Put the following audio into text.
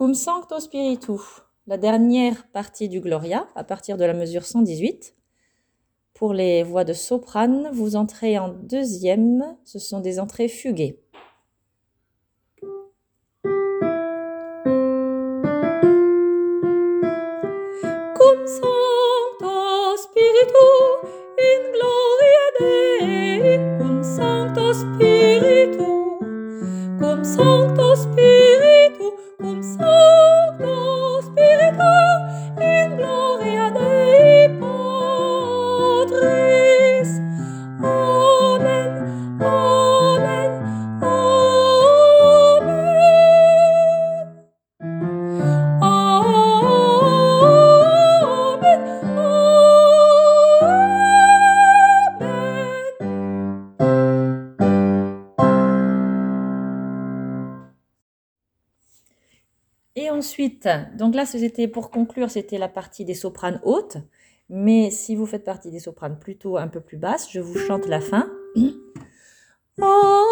Cum Sancto Spiritu, la dernière partie du Gloria, à partir de la mesure 118. Pour les voix de soprane, vous entrez en deuxième, ce sont des entrées fuguées. Cum Sancto Spiritu in gloria Dei, cum Sancto Spiritu, cum Sancto Spiritu, cum Sancto Spiritu in gloria Dei Patris. Amen, amen, amen. Et ensuite, donc là, c'était pour conclure, c'était la partie des sopranes hautes. Mais si vous faites partie des sopranes plutôt un peu plus basses, je vous chante la fin. Oh